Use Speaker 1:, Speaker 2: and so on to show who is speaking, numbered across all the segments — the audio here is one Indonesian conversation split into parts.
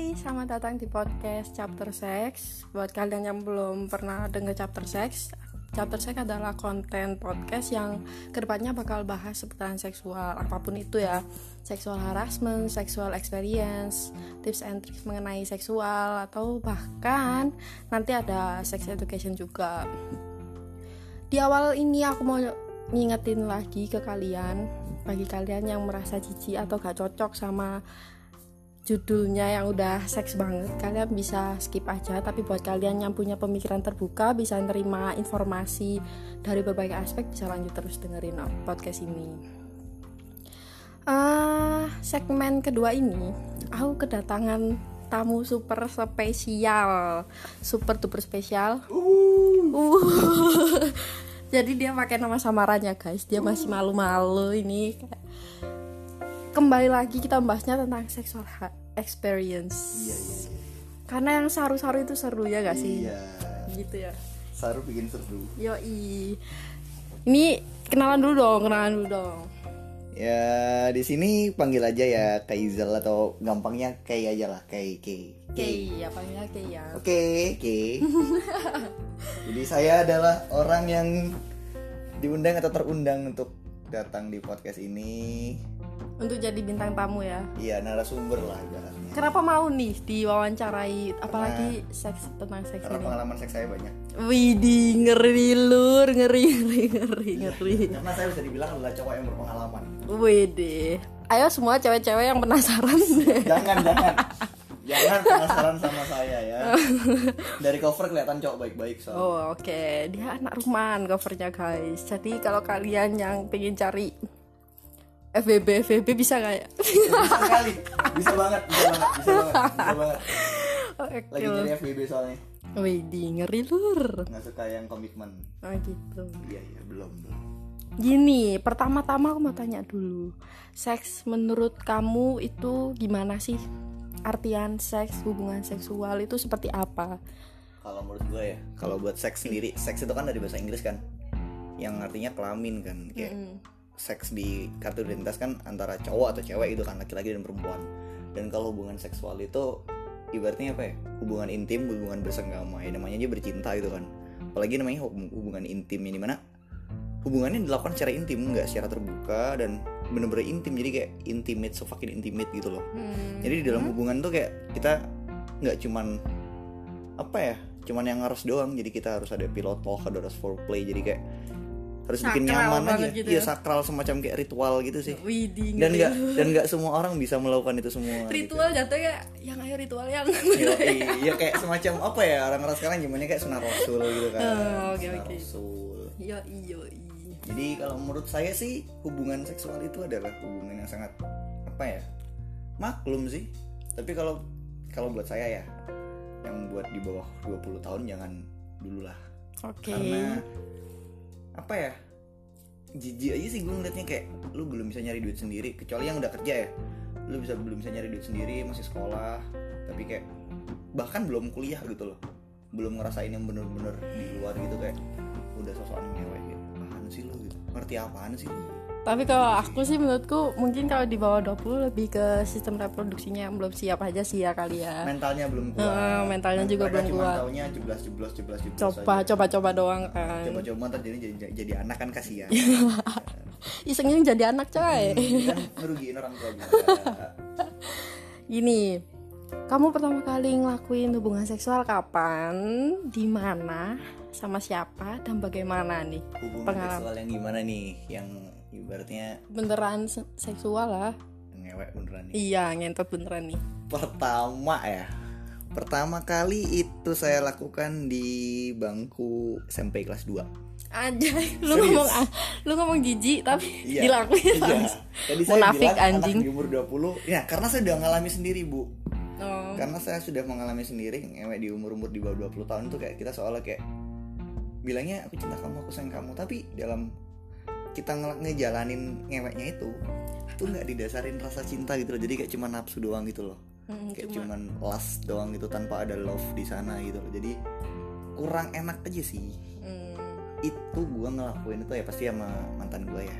Speaker 1: selamat datang di podcast Chapter Sex. Buat kalian yang belum pernah dengar Chapter Sex adalah konten podcast yang kedepannya bakal bahas seputaran seksual, apapun itu ya. Sexual harassment, sexual experience, tips and tricks mengenai seksual, atau bahkan nanti ada sex education juga. Di awal ini aku mau ngingetin lagi ke kalian, bagi kalian yang merasa jijik atau gak cocok sama judulnya yang udah seks banget, kalian bisa skip aja. Tapi buat kalian yang punya pemikiran terbuka, bisa nerima informasi dari berbagai aspek, bisa lanjut terus dengerin podcast ini. Segmen kedua ini aku kedatangan tamu super spesial, super duper spesial. Jadi dia pakai nama samarannya guys, dia masih malu-malu ini. Kembali lagi kita membahasnya tentang sexual experience.
Speaker 2: Iya.
Speaker 1: Karena yang saru-saru itu seru ya gak sih?
Speaker 2: Iya.
Speaker 1: Gitu ya.
Speaker 2: Saru bikin seru.
Speaker 1: Yoi. Ini kenalan dulu dong.
Speaker 2: Ya di sini panggil aja ya Kaizal, atau gampangnya Kay aja lah, Kay.
Speaker 1: Kay, ya panggilnya Kay ya.
Speaker 2: Oke. Jadi saya adalah orang yang diundang atau terundang untuk datang di podcast ini.
Speaker 1: Untuk jadi bintang tamu ya.
Speaker 2: Iya, narasumber lah ibaratnya.
Speaker 1: Kenapa mau nih diwawancarai, apalagi tentang seks
Speaker 2: Karena
Speaker 1: ini?
Speaker 2: pengalaman seks saya banyak.
Speaker 1: Widih, ngeri lur, ngeri.
Speaker 2: Karena saya bisa dibilang adalah cowok yang berpengalaman.
Speaker 1: Widih. Ayo semua cewek-cewek yang penasaran.
Speaker 2: Jangan penasaran sama saya ya. Dari cover kelihatan cowok baik-baik soalnya.
Speaker 1: Oh oke. Dia anak rumahan covernya guys. Jadi kalau kalian yang pengen cari FBB bisa gak ya?
Speaker 2: Bisa sekali. Bisa banget.
Speaker 1: Oke.
Speaker 2: Lagi nyari FBB soalnya.
Speaker 1: Widih, ngeri lur.
Speaker 2: Nggak suka yang komitmen.
Speaker 1: Oh gitu.
Speaker 2: Iya, belum.
Speaker 1: Gini, pertama-tama aku mau tanya dulu. Seks menurut kamu itu gimana sih? Artian seks, hubungan seksual itu seperti apa?
Speaker 2: Kalau menurut gue ya, kalau buat seks sendiri, seks itu kan dari bahasa Inggris kan, yang artinya kelamin kan, kayak seks di kartu identitas kan antara cowok atau cewek itu kan, laki-laki dan perempuan. Dan kalau hubungan seksual itu ibaratnya apa ya? Hubungan intim, hubungan bersenggama, ya namanya aja bercinta gitu kan. Apalagi namanya hubungan intim, ini mana hubungannya dilakukan secara intim, nggak secara terbuka dan bener-bener intim, jadi kayak intimate, so fucking intimate gitu loh. Jadi di dalam hubungan tuh kayak kita nggak cuman yang harus doang, jadi kita harus ada pillow talk, harus foreplay, jadi kayak harus bikin nyaman aja gitu ya, sakral, semacam kayak ritual gitu sih.
Speaker 1: Widih,
Speaker 2: dan nggak semua orang bisa melakukan itu semua
Speaker 1: ritual
Speaker 2: gitu.
Speaker 1: Jatuhnya yang ayo ritual yang
Speaker 2: iya kayak semacam apa ya, orang-orang sekarang zamannya kayak sunah rasul gitu kan.
Speaker 1: Oke.
Speaker 2: Rasul.
Speaker 1: Yoi.
Speaker 2: Jadi kalau menurut saya sih hubungan seksual itu adalah hubungan yang sangat maklum sih. Tapi kalau buat saya ya, yang buat di bawah 20 tahun jangan dulu lah.
Speaker 1: Oke.
Speaker 2: Karena jijik aja sih gue ngeliatnya, kayak lu belum bisa nyari duit sendiri, kecuali yang udah kerja ya. Lu belum bisa nyari duit sendiri, masih sekolah, tapi kayak bahkan belum kuliah gitu loh, belum ngerasain yang bener-bener di luar gitu, kayak udah sosokan ngewe gitu. Apaan sih lu gitu? Ngerti apaan sih lu?
Speaker 1: Tapi kalau aku sih menurutku mungkin kalau di bawah 20 lebih ke sistem reproduksinya yang belum siap aja sih ya kali ya.
Speaker 2: Mentalnya belum kuat.
Speaker 1: Mentalnya juga belum kuat.
Speaker 2: Taunya jeblas.
Speaker 1: Coba doang kan.
Speaker 2: Coba ntar jadi anak kan kasihan.
Speaker 1: Isengnya jadi anak coy.
Speaker 2: Kan ngerugiin orang tua juga.
Speaker 1: Gini, kamu pertama kali ngelakuin hubungan seksual kapan, di mana, sama siapa, dan bagaimana nih?
Speaker 2: Hubungan seksual yang gimana nih? Yang ibaratnya
Speaker 1: beneran seksual lah.
Speaker 2: Ngewek beneran nih.
Speaker 1: Iya, ngentot beneran nih.
Speaker 2: Pertama kali itu saya lakukan di bangku SMP kelas 2.
Speaker 1: Anjay, lu ngomong jijik tapi dilakuin.
Speaker 2: Iya. Tadi saya
Speaker 1: munafik
Speaker 2: bilang
Speaker 1: anjing.
Speaker 2: Anak di umur 20. Ya, karena saya udah ngalami sendiri, Bu.
Speaker 1: Oh.
Speaker 2: Karena saya sudah mengalami sendiri ngewek di umur-umur di bawah 20 tahun tuh, kayak kita soalnya kayak bilangnya aku cinta kamu, aku sayang kamu, tapi dalam kita ngejalanin ngeweknya itu tuh nggak didasarin rasa cinta gitu loh, jadi kayak cuma nafsu doang gitu loh, kayak cuman lust doang gitu, tanpa ada love di sana gitu loh, jadi kurang enak aja sih. Itu gue ngelakuin itu ya pasti sama mantan gue ya.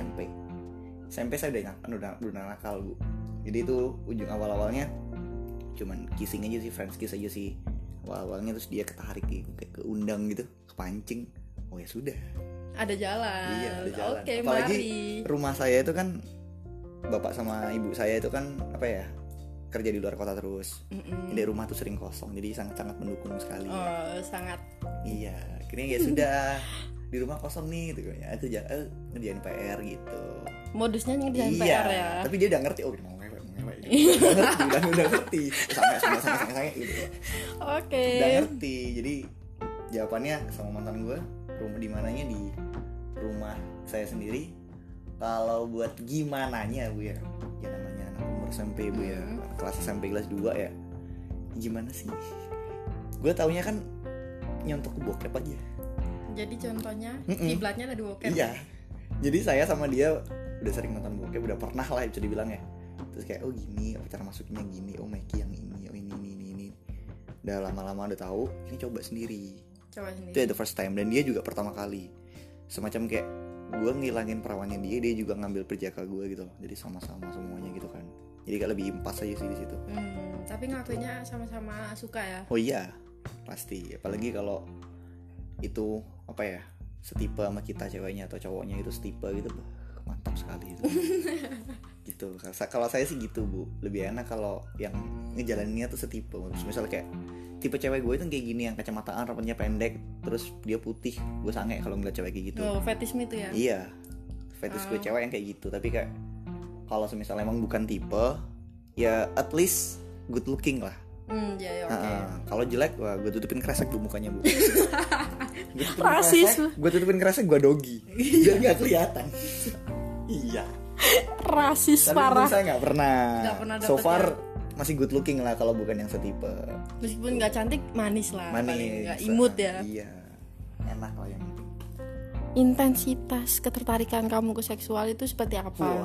Speaker 2: SMP saya udah nakal, Bu. Jadi itu ujung awal-awalnya cuman kissing aja sih, friends kiss aja sih awalnya. Terus dia ketarik kayak keundang gitu, kepancing, oh ya sudah,
Speaker 1: ada jalan.
Speaker 2: Iya, ada jalan.
Speaker 1: Oke,
Speaker 2: Apalagi
Speaker 1: mari.
Speaker 2: rumah saya itu kan, bapak sama ibu saya itu kan apa ya, kerja di luar kota terus. Jadi rumah tuh sering kosong, jadi sangat-sangat mendukung sekali.
Speaker 1: Oh, sangat.
Speaker 2: Iya, akhirnya ya sudah, di rumah kosong nih gitu ya, aku ngerjain PR gitu.
Speaker 1: Modusnya ngerjain
Speaker 2: Iya,
Speaker 1: PR ya.
Speaker 2: tapi dia udah ngerti, oh mau ngewek gitu. udah ngerti, sange gitu.
Speaker 1: Oke.
Speaker 2: Udah ngerti, jadi jawabannya sama mantan gue, rumah di mananya di rumah saya sendiri. Kalau buat gimananya bu ya namanya anak umur SMP bu ya, kelas SMP kelas 2 ya, gimana sih? Gue taunya kan nyontok ke bokep aja.
Speaker 1: Jadi contohnya kiblatnya ada di bokep.
Speaker 2: Iya. Jadi saya sama dia udah sering nonton bokep, udah pernah lah bisa dibilang ya. Terus kayak oh gini, oh cara masuknya gini, oh Mikey yang ini, oh ini. Udah lama-lama udah tahu, ini coba sendiri. Itu ya the first time, dan dia juga pertama kali. Semacam kayak gue ngilangin perawannya dia juga ngambil perjaka gue gitu loh. Jadi sama-sama semuanya gitu kan. Jadi kayak lebih impas aja sih di situ.
Speaker 1: Tapi ngakuinnya sama-sama suka ya?
Speaker 2: Oh iya, pasti. Apalagi kalau itu apa ya, setipe sama kita ceweknya atau cowoknya itu setipe gitu, mantap sekali itu. Gitu. Kalau saya sih gitu bu, lebih enak kalau yang ngejalaninnya tuh setipe. Misal kayak tipe cewek gue itu kayak gini, yang kacamataan, rambutnya pendek, terus dia putih, gue sange kalau ngeliat cewek kayak gitu.
Speaker 1: Oh, fetisme itu ya?
Speaker 2: Iya, fetish gue cewek yang kayak gitu. Tapi kayak kalau misalnya emang bukan tipe, ya at least good looking lah.
Speaker 1: Ya, oke.
Speaker 2: Kalau jelek, wah gue tutupin kresek bu mukanya bu.
Speaker 1: Rasis.
Speaker 2: Gue tutupin kresek, gue dogi, biar nggak kelihatan. Iya.
Speaker 1: Rasis
Speaker 2: Tapi
Speaker 1: parah.
Speaker 2: Saya nggak pernah so far
Speaker 1: ya.
Speaker 2: masih good looking lah kalau bukan yang setipe.
Speaker 1: Meskipun nggak cantik, manis lah.
Speaker 2: Manis.
Speaker 1: Nggak imut ya.
Speaker 2: Iya. Enak lah yang penting.
Speaker 1: Intensitas ketertarikan kamu ke seksual itu seperti apa?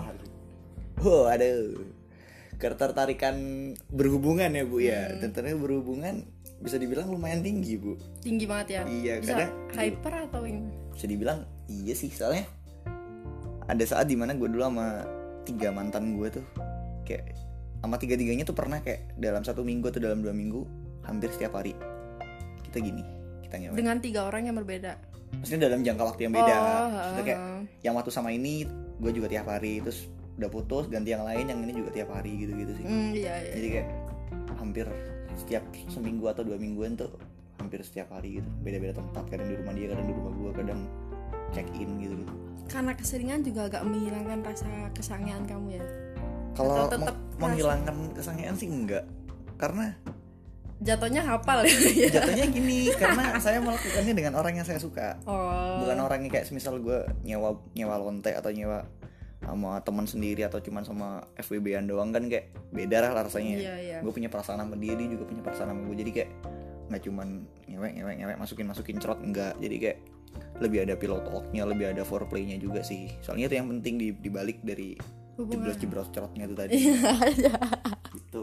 Speaker 2: Aduh. Ketertarikan berhubungan ya bu ya. Dan ternyata berhubungan bisa dibilang lumayan tinggi bu.
Speaker 1: Tinggi banget ya.
Speaker 2: Iya.
Speaker 1: Bisa
Speaker 2: Kadang
Speaker 1: hyper atau ini?
Speaker 2: bisa dibilang iya sih, soalnya ada saat dimana gue dulu sama 3 mantan gue tuh kayak sama 3-3-nya tuh pernah kayak dalam 1 minggu atau dalam 2 minggu hampir setiap hari kita ngewek
Speaker 1: dengan 3 orang yang berbeda.
Speaker 2: maksudnya dalam jangka waktu yang beda. Maksudnya kayak yang waktu sama ini gue juga tiap hari, terus udah putus ganti yang lain, yang ini juga tiap hari gitu sih.
Speaker 1: Iya.
Speaker 2: Jadi kayak hampir setiap seminggu atau 2 mingguan tuh hampir setiap hari gitu, beda-beda tempat, kadang di rumah dia, kadang di rumah gue, kadang check in gitu.
Speaker 1: Karena keseringan juga agak menghilangkan rasa kesangean kamu ya.
Speaker 2: Kalau menghilangkan kesangean sih enggak, karena
Speaker 1: jatuhnya hafal ya.
Speaker 2: Jatuhnya gini, karena saya melakukannya dengan orang yang saya suka. Bukan orang yang kayak semisal gue nyewa lonte atau nyewa sama teman sendiri atau cuman sama FWB-an doang, kan kayak beda lah rasanya.
Speaker 1: Iya.
Speaker 2: Gue punya perasaan sama dia juga punya perasaan sama gue. Jadi kayak nggak cuman ngewek masukin cerot, enggak. Jadi kayak lebih ada pillow talk-nya, lebih ada foreplay-nya juga sih. Soalnya itu yang penting dibalik dari jeblos cerotnya itu tadi. Gitu.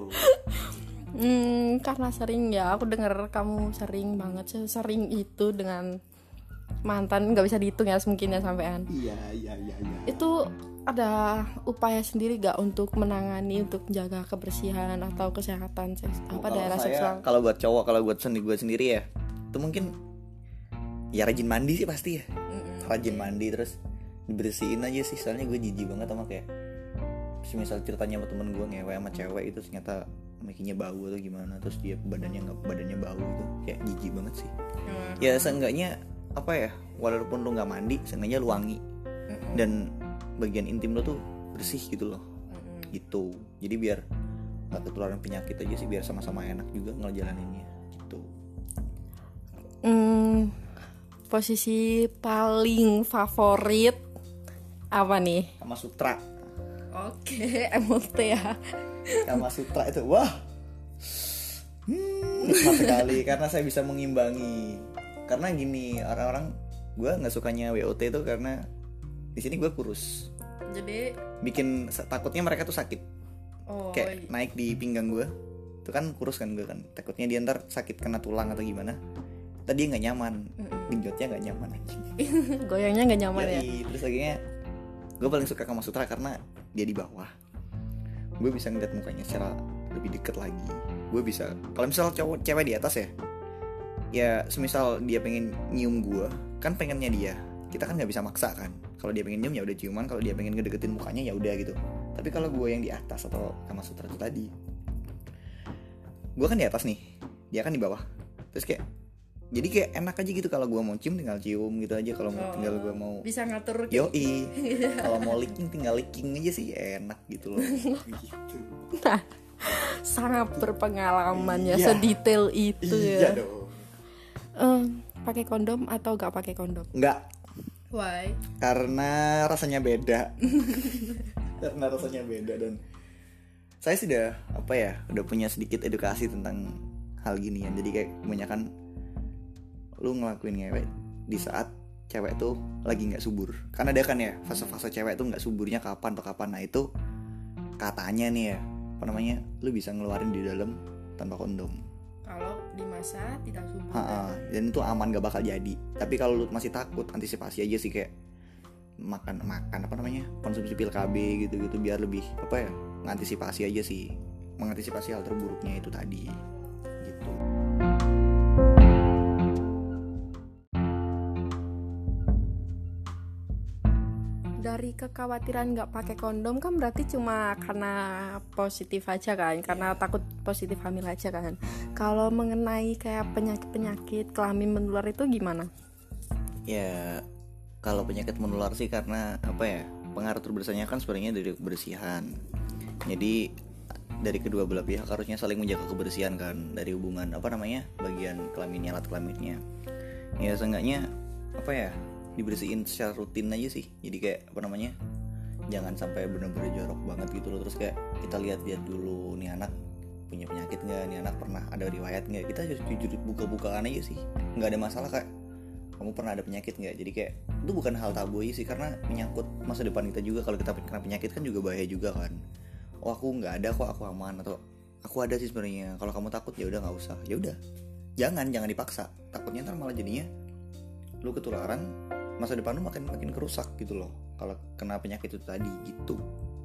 Speaker 1: Karena sering ya, aku dengar kamu sering banget, sering itu dengan mantan, nggak bisa dihitung ya mungkin ya sampean.
Speaker 2: Iya.
Speaker 1: Itu ada upaya sendiri gak untuk menangani, untuk menjaga kebersihan atau kesehatan daerah seksual?
Speaker 2: Kalau buat cowok, kalau buat gue sendiri ya, itu mungkin ya rajin mandi sih pasti ya. Rajin mandi, terus dibersihin aja sih. Soalnya gue jijik banget sama kayak misal ceritanya sama temen gue ngewek sama cewek itu ternyata makinya bau atau gimana, terus dia badannya bau itu kayak jijik banget sih. Ya seenggaknya apa ya, walaupun lu nggak mandi, seenggaknya lu wangi dan bagian intim lo tuh bersih gitu loh. Gitu. Jadi biar nggak ketularan penyakit aja sih, biar sama-sama enak juga ngejalaninnya gitu.
Speaker 1: Posisi paling favorit apa nih?
Speaker 2: Kama Sutra.
Speaker 1: Oke, MLT ya.
Speaker 2: Kama Sutra itu wah nikmat sekali karena saya bisa mengimbangi. Karena gini, orang-orang gue nggak sukanya WOT itu karena di sini gue kurus.
Speaker 1: Jadi
Speaker 2: bikin takutnya mereka tuh sakit. Kayak naik di pinggang gue itu kan kurus kan gue kan, takutnya dia ntar sakit kena tulang atau gimana. Tadi nggak nyaman, genjotnya nggak nyaman aja.
Speaker 1: Goyangnya nggak nyaman ya.
Speaker 2: Terus akhirnya gue paling suka Kama Sutra karena dia di bawah. Gue bisa ngeliat mukanya secara lebih deket lagi. gue bisa. Kalau misal cowok cewek di atas ya semisal dia pengen nyium gue, kan pengennya dia, kita kan nggak bisa maksa kan. Kalau dia pengen nyium ya udah ciuman, kalau dia pengen ngedeketin mukanya ya udah gitu. Tapi kalau gue yang di atas atau Kama Sutra itu tadi, gue kan di atas nih, dia kan di bawah, terus kayak jadi kayak enak aja gitu. Kalau gue mau cium tinggal cium gitu aja. Kalau tinggal gue mau
Speaker 1: bisa ngatur
Speaker 2: yoi. Kalau mau licking tinggal licking aja sih, enak gitu loh. Gitu.
Speaker 1: Nah, sangat berpengalaman ya,
Speaker 2: Iya.
Speaker 1: sedetail itu
Speaker 2: Iya
Speaker 1: ya.
Speaker 2: dong.
Speaker 1: Pakai kondom atau gak pakai kondom?
Speaker 2: Enggak,
Speaker 1: Why?
Speaker 2: karena rasanya beda. Karena rasanya beda, dan saya sudah udah punya sedikit edukasi tentang hal gini ya. Jadi kayak kebanyakan lu ngelakuin ngewek di saat cewek tuh lagi nggak subur. Kan ada kan ya fase-fase cewek tuh nggak suburnya kapan. Nah itu katanya nih ya, lu bisa ngeluarin di dalam tanpa kondom.
Speaker 1: Kalau di masa tidak subur.
Speaker 2: Dan itu aman, gak bakal jadi. Tapi kalau lu masih takut, antisipasi aja sih, kayak makan konsumsi pil KB gitu biar lebih mengantisipasi aja sih, mengantisipasi hal terburuknya itu tadi gitu.
Speaker 1: Dari kekhawatiran nggak pakai kondom kan berarti cuma karena positif aja kan, karena takut positif hamil aja kan. Kalau mengenai kayak penyakit kelamin menular itu gimana?
Speaker 2: Ya kalau penyakit menular sih karena pengaruh terbesarnya kan sebenarnya dari kebersihan. Jadi dari kedua belah pihak harusnya saling menjaga kebersihan kan, dari hubungan bagian kelaminnya, alat kelaminnya. Ya seenggaknya dibersihin secara rutin aja sih. Jadi kayak jangan sampai benar-benar jorok banget gitu loh. Terus kayak kita lihat dulu nih anak punya penyakit nggak, nih anak pernah ada riwayat nggak. Kita jujur buka-bukaan aja sih, nggak ada masalah kayak kamu pernah ada penyakit nggak. Jadi kayak itu bukan hal tabu aja sih, karena menyangkut masa depan kita juga. Kalau kita kena penyakit kan juga bahaya juga kan. Oh aku nggak ada kok, aku aman, atau aku ada sih sebenarnya. Kalau kamu takut ya udah nggak usah, ya udah jangan dipaksa. Takutnya ntar malah jadinya lu ketularan, masa depan lu makin kerusak gitu loh kalau kena penyakit itu tadi gitu.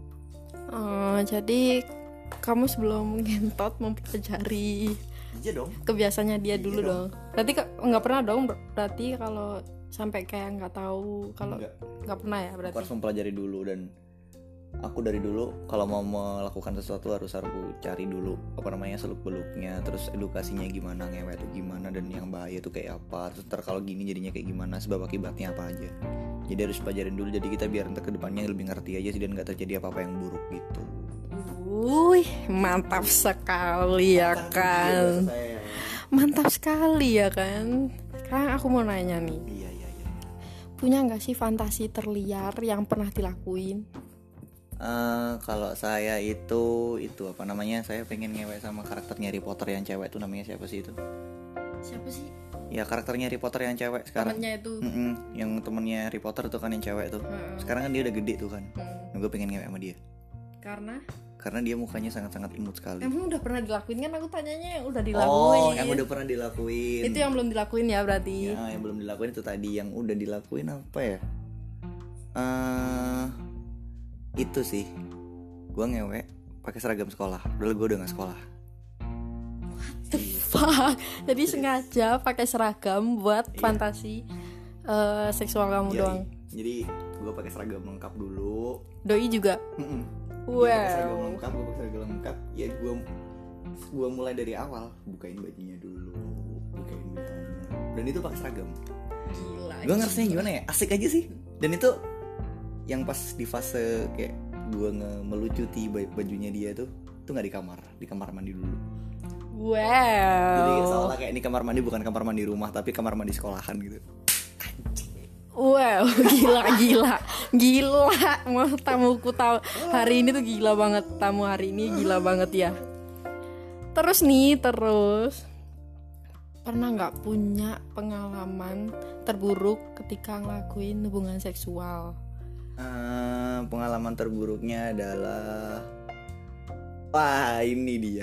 Speaker 1: Jadi kamu sebelum ngentot mempelajari kebiasaannya dia dulu dong. Berarti nggak pernah dong, berarti kalau sampai kayak nggak tahu, kalau nggak pernah ya berarti.
Speaker 2: Aku harus mempelajari dulu, dan aku dari dulu kalau mau melakukan sesuatu harus aku cari dulu seluk beluknya, terus edukasinya gimana, ngewek itu gimana, dan yang bahaya itu kayak apa, terus ntar kalau gini jadinya kayak gimana, sebab akibatnya apa aja. Jadi harus pelajarin dulu, jadi kita biar ntar kedepannya lebih ngerti aja sih, dan nggak terjadi apa-apa yang buruk gitu.
Speaker 1: Mantap sekali ya kan. Mantap sekali ya kan. Sekarang aku mau nanya nih.
Speaker 2: Iya.
Speaker 1: Punya nggak sih fantasi terliar yang pernah dilakuin?
Speaker 2: Kalau saya itu saya pengen ngewek sama karakternya Harry Potter yang cewek itu, namanya siapa sih itu?
Speaker 1: Siapa sih?
Speaker 2: Ya karakternya Harry Potter yang cewek sekarang.
Speaker 1: Temennya itu.
Speaker 2: Yang temennya Harry Potter tuh kan yang cewek tuh. Sekarang kan dia udah gede tuh kan. Gue pengen ngewek sama dia. Karena dia mukanya sangat-sangat imut sekali.
Speaker 1: Emang udah pernah dilakuin kan? Aku tanyanya yang udah dilakuin.
Speaker 2: Oh, yang udah pernah dilakuin.
Speaker 1: Itu yang belum dilakuin ya berarti.
Speaker 2: Ya, yang belum dilakuin itu tadi. Yang udah dilakuin apa ya? Itu sih, gue ngewek pakai seragam sekolah. Dulu gue udah nggak sekolah.
Speaker 1: What the fuck? Jadi sengaja pakai seragam buat fantasi seksual kamu doang.
Speaker 2: Jadi gue pakai seragam lengkap dulu.
Speaker 1: Doi juga.
Speaker 2: Wow. Pakai seragam lengkap. Ya gue mulai dari awal, bukain bajunya dulu, bukain buttonnya. Dan itu pakai seragam.
Speaker 1: Gila.
Speaker 2: Gue ngerasanya gimana ya? Asik aja sih. Dan itu yang pas di fase kayak gue melucuti bajunya dia tuh nggak di kamar mandi dulu.
Speaker 1: Wow.
Speaker 2: Jadi seolah kayak ini kamar mandi bukan kamar mandi rumah, tapi kamar mandi sekolahan gitu.
Speaker 1: Wow, gila. Mau tamuku tahu hari ini tuh gila banget, tamu hari ini gila banget ya. Terus pernah nggak punya pengalaman terburuk ketika ngelakuin hubungan seksual?
Speaker 2: Pengalaman terburuknya adalah ini dia.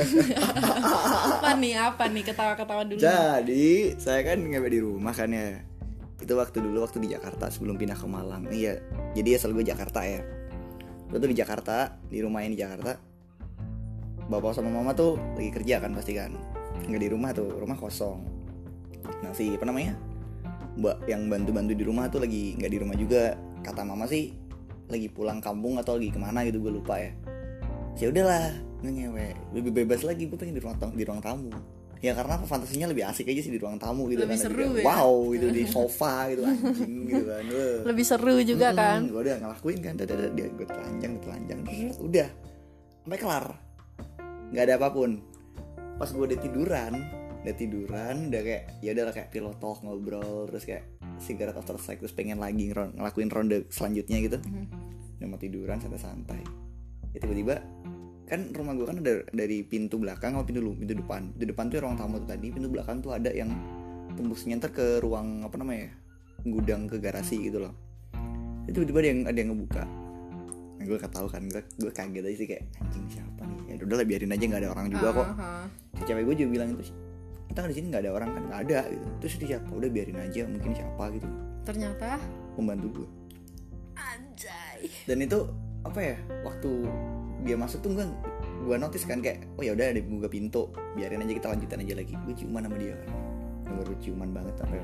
Speaker 1: Apa nih ketawa-ketawa dulu.
Speaker 2: Jadi saya kan ngewek di rumah kan ya. Itu waktu di Jakarta sebelum pindah ke Malang. Iya. Jadi asal gue Jakarta ya. Gue tuh di Jakarta, di rumahnya di Jakarta. bapak sama mama tuh lagi kerja kan pasti kan, nggak di rumah tuh, rumah kosong. Nah si apa namanya, mbak yang bantu-bantu di rumah tuh lagi nggak di rumah juga. Kata mama sih lagi pulang kampung atau lagi kemana gitu, gue lupa ya. Ya udahlah, gue ngewe, lebih bebas lagi, gue pengen di ruang tamu. Ya karena apa, fantasinya lebih asik aja sih di ruang tamu gitu.
Speaker 1: Lebih
Speaker 2: kan
Speaker 1: seru
Speaker 2: lebih,
Speaker 1: ya?
Speaker 2: wow gitu di sofa gitu anjing gitu kan.
Speaker 1: Lebih seru juga kan.
Speaker 2: Gue udah ngelakuin kan, dia gue telanjang udah sampai kelar, nggak ada apapun. Pas gue udah tiduran udah kayak ya udah kayak pillow talk, ngobrol, terus kayak cigarette after sex, terus pengen lagi ngelakuin ronde selanjutnya gitu. Udah mau tiduran santai-santai, ya tiba-tiba kan rumah gue kan ada dari pintu belakang sama pintu depan tuh ruang tamu tuh tadi, pintu belakang tuh ada yang tembusnya ntar ke ruang apa namanya, gudang ke garasi gitu loh. Itu tiba-tiba ada yang ngebuka. Nah, gue gak tahu kan, gue kaget aja sih kayak anjing siapa nih. Ya udahlah biarin aja, nggak ada orang juga kok. Si cewek gue juga bilang itu, kita kan di sini nggak ada orang kan, nggak ada gitu. Terus dia siapa? Udah biarin aja, mungkin siapa gitu.
Speaker 1: Ternyata
Speaker 2: pembantu gue.
Speaker 1: anjay.
Speaker 2: Dan itu apa ya, waktu dia masuk tuh gue notice kan kayak oh ya udah ada buka pintu, biarin aja kita lanjutin aja lagi. Gue ciuman sama dia kan, baru ciuman banget sampai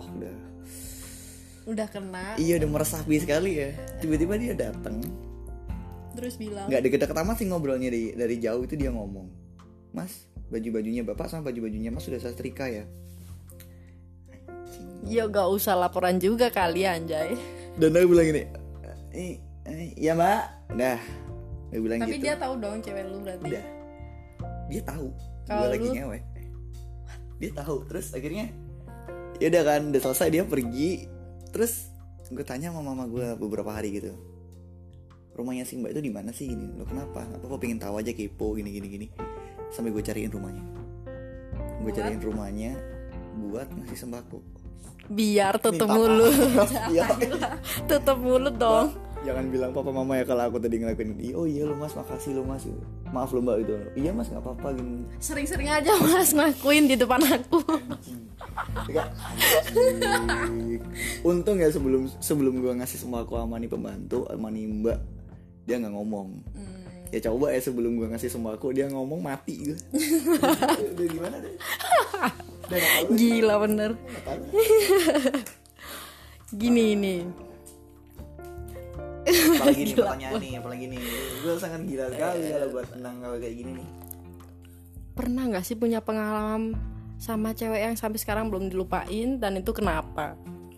Speaker 1: udah kena.
Speaker 2: Iya udah meresapi sekali ya. Tiba-tiba dia datang,
Speaker 1: terus bilang,
Speaker 2: nggak deket-deket amat sih ngobrolnya, dari jauh itu dia ngomong, Mas, baju-bajunya bapak sama baju-bajunya mas sudah saya setrika ya.
Speaker 1: ya gak usah laporan juga kali anjay.
Speaker 2: Dan aku bilang gini, iya mbak, udah. Dia bilang
Speaker 1: tapi
Speaker 2: gitu.
Speaker 1: dia tahu dong cewek lu berarti.
Speaker 2: Udah, dia tahu
Speaker 1: kalau
Speaker 2: gue lagi ngewe, dia tahu. Terus akhirnya ya udah kan, udah selesai dia pergi. Terus gue tanya sama mama gue beberapa hari gitu, rumahnya si mbak itu di mana sih gini, lo kenapa pengen tahu aja, kepo gini. Sampai gue cariin rumahnya, buat ngasih sembako
Speaker 1: biar tutup mulut.
Speaker 2: Ya,
Speaker 1: Tutup mulut dong.
Speaker 2: jangan bilang papa mama ya kalau aku tadi ngelakuin ini. Oh iya lo mas, makasih lo mas, maaf lo mbak gitu. Iya mas nggak apa-apa gini.
Speaker 1: Sering-sering aja mas ngakuin di depan aku.
Speaker 2: Untung ya sebelum gue ngasih sembako sama nih pembantu sama nih mbak, dia nggak ngomong. Ya coba ya sebelum gue ngasih sembako dia ngomong, mati gue. Udah gimana deh.
Speaker 1: Gila bener. Gini nih.
Speaker 2: Apalagi nih. Gue sangat gila sekali kalau buat tenang kalau kayak gini nih.
Speaker 1: Pernah nggak sih punya pengalaman sama cewek yang sampai sekarang belum dilupain, dan itu kenapa?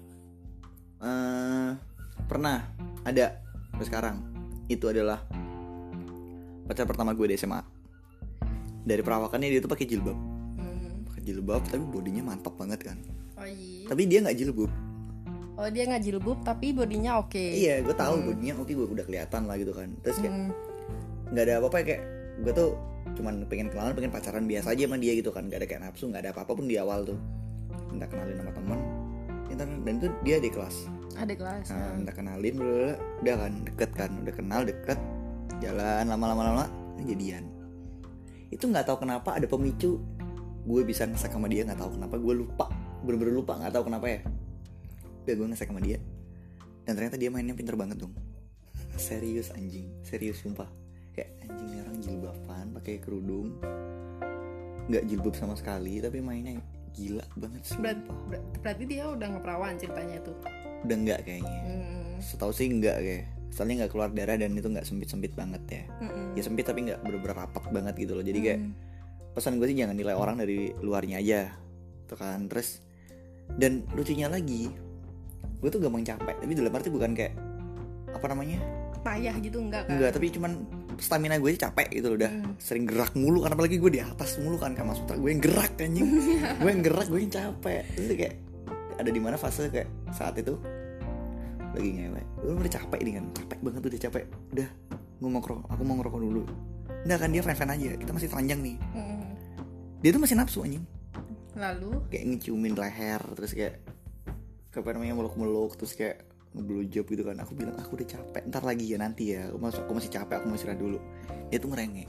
Speaker 2: Pernah, ada sampai sekarang. Itu adalah pacar pertama gue di SMA. Dari perawakannya dia tuh pakai jilbab, tapi bodinya mantap banget kan.
Speaker 1: Oh iya.
Speaker 2: Tapi dia nggak jilbab.
Speaker 1: Oh dia nggak jilbab tapi bodinya oke.
Speaker 2: Iya, gue tahu bodinya oke, gue udah kelihatan lah gitu kan. Terus kayak nggak ada apa-apa, kayak gue tuh cuman pengen kenalan, pengen pacaran biasa aja sama dia gitu kan. Nggak ada kayak nafsu, nggak ada apa-apa pun di awal tuh. Minta kenalin sama teman, dan itu dia di kelas.
Speaker 1: Ada kelas.
Speaker 2: Nah, minta kenalin, udah kan deket kan, udah kenal deket, jalan lama jadian. Itu nggak tahu kenapa ada pemicu gue bisa ngesek sama dia, nggak tahu kenapa, gue lupa, bener-bener lupa, nggak tahu kenapa ya. Udah gue ngesek sama dia, dan ternyata dia mainnya pinter banget dong. Serius sumpah, kayak anjing nih orang jilbaban pakai kerudung, nggak jilbab sama sekali tapi mainnya gila banget sih.
Speaker 1: Berarti dia udah ngeperawan ceritanya itu?
Speaker 2: Udah nggak kayaknya. Setahu sih nggak kayak, soalnya nggak keluar darah dan itu nggak sempit banget ya. Ya sempit tapi nggak bener-bener rapat banget gitu loh. Jadi kayak pesan gue sih jangan nilai orang dari luarnya aja tuh kan. Terus dan lucunya lagi, gue tuh gampang capek, tapi dalam arti bukan kayak apa namanya
Speaker 1: payah gitu, enggak kan?
Speaker 2: Enggak, tapi cuman stamina gue aja capek gitu loh, udah sering gerak mulu kan, apalagi gue di atas mulu kan, Kak Mas Putra, gue yang gerak anjing. Gue yang gerak, gue yang capek. Terus kayak ada di mana fase kayak saat itu lagi ngewe, gue udah capek nih kan, capek banget, udah capek, udah aku mau ngerokok dulu. Enggak kan, dia fan aja, kita masih telanjang nih. Dia tuh masih nafsu anjing.
Speaker 1: Lalu
Speaker 2: kayak ngeciumin leher, terus kayak apa namanya, meluk-meluk, terus kayak ngeblowjob gitu kan. Aku bilang aku udah capek, ntar lagi ya, nanti ya, aku masih capek, aku mau istirahat dulu. Dia tuh ngerengek,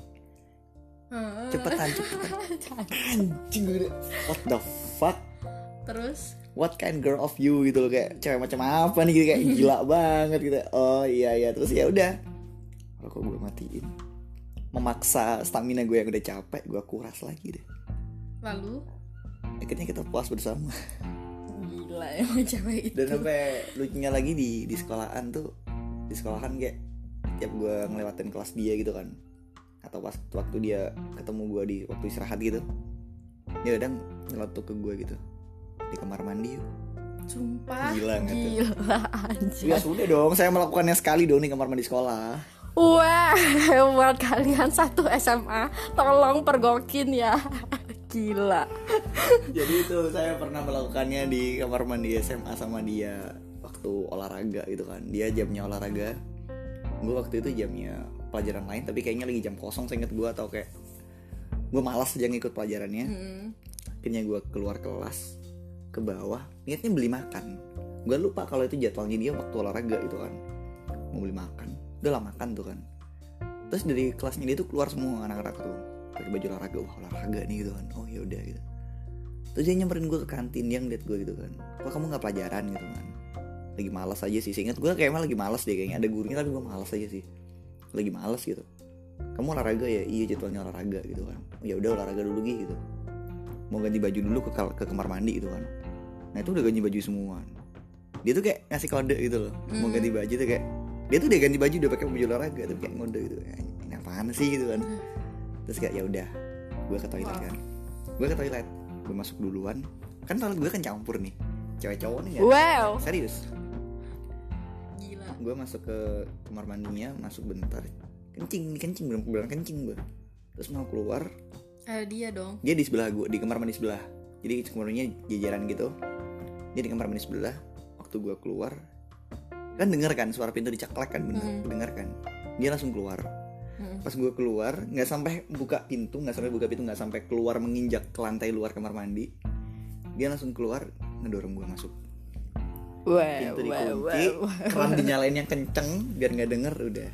Speaker 2: cepetan anjing, gue what the fuck,
Speaker 1: terus
Speaker 2: what kind girl of you gitu loh, kayak cewek macam apa nih gitu, kayak gila banget gitu. Oh iya, terus ya udah, rokok gue matiin, memaksa stamina gue yang udah capek gue kuras lagi deh.
Speaker 1: Lalu
Speaker 2: Akhirnya kita puas bersama.
Speaker 1: gila emang cewek itu.
Speaker 2: Dan sampai lucunya lagi di sekolahan tuh, di sekolahan kayak tiap gue ngelewatin kelas dia gitu kan, atau pas waktu dia ketemu gue di waktu istirahat gitu, dia kadang nyelotok ke gue gitu, di kamar mandi yuk.
Speaker 1: Sumpah
Speaker 2: Gila nggak tuh?
Speaker 1: Gila anjir.
Speaker 2: Ya sudah dong, saya melakukannya sekali dong di kamar mandi sekolah.
Speaker 1: Wah, buat kalian satu SMA, tolong pergokin ya. Gila.
Speaker 2: Jadi itu saya pernah melakukannya di kamar mandi SMA sama dia waktu olahraga gitu kan. Dia jamnya olahraga, gue waktu itu jamnya pelajaran lain, tapi kayaknya lagi jam kosong seinget gue, atau kayak gue malas aja ngikut pelajarannya. Akhirnya gue keluar kelas ke bawah, niatnya beli makan. Gue lupa kalau itu jadwalnya dia waktu olahraga gitu kan, mau beli makan. Udah lah makan tuh kan. Terus dari kelasnya dia tuh keluar semua anak-anak tuh pakai baju olahraga, wah olahraga nih gitu kan. Oh ya udah gitu. Terus dia nyamperin gue ke kantin, dia ngeliat gue gitu kan, kok kamu nggak pelajaran gitu kan. Lagi malas aja sih, seingat gue kayaknya lagi malas deh, kayaknya ada gurunya tapi gue malas aja sih, lagi malas gitu. Kamu olahraga ya? Iya jadwalnya olahraga gitu kan. Oh, ya udah olahraga dulu gitu, mau ganti baju dulu ke kamar mandi gitu kan. Nah itu udah ganti baju semua. Dia tuh kayak ngasih kode gitu loh, mau ganti baju tuh kayak dia tuh udah ganti baju, udah pakai baju olahraga, tapi kayak ngode gitu, ini apaan sih gitu kan. Terus kayak ya udah, gue ke toilet kan, gue masuk duluan kan, toilet gue kan campur nih, cewek cowok nih kan.
Speaker 1: Wow.
Speaker 2: Serius.
Speaker 1: Gila.
Speaker 2: Gue masuk ke kamar mandinya, masuk bentar, kencing belum kencing gue. Terus mau keluar,
Speaker 1: Dia dong.
Speaker 2: dia di sebelah gue, di kamar mandi sebelah. Jadi kamar mandinya jajaran gitu. Dia di kamar mandi sebelah. Waktu gue keluar, kan denger kan suara pintu diceklek kan, bener denger kan. Dia langsung keluar. Pas gue keluar, nggak sampai buka pintu, nggak sampai keluar menginjak ke lantai luar kamar mandi, dia langsung keluar ngedorong gue masuk. Pintu dikunci, keran dinyalain yang kenceng biar nggak denger, udah.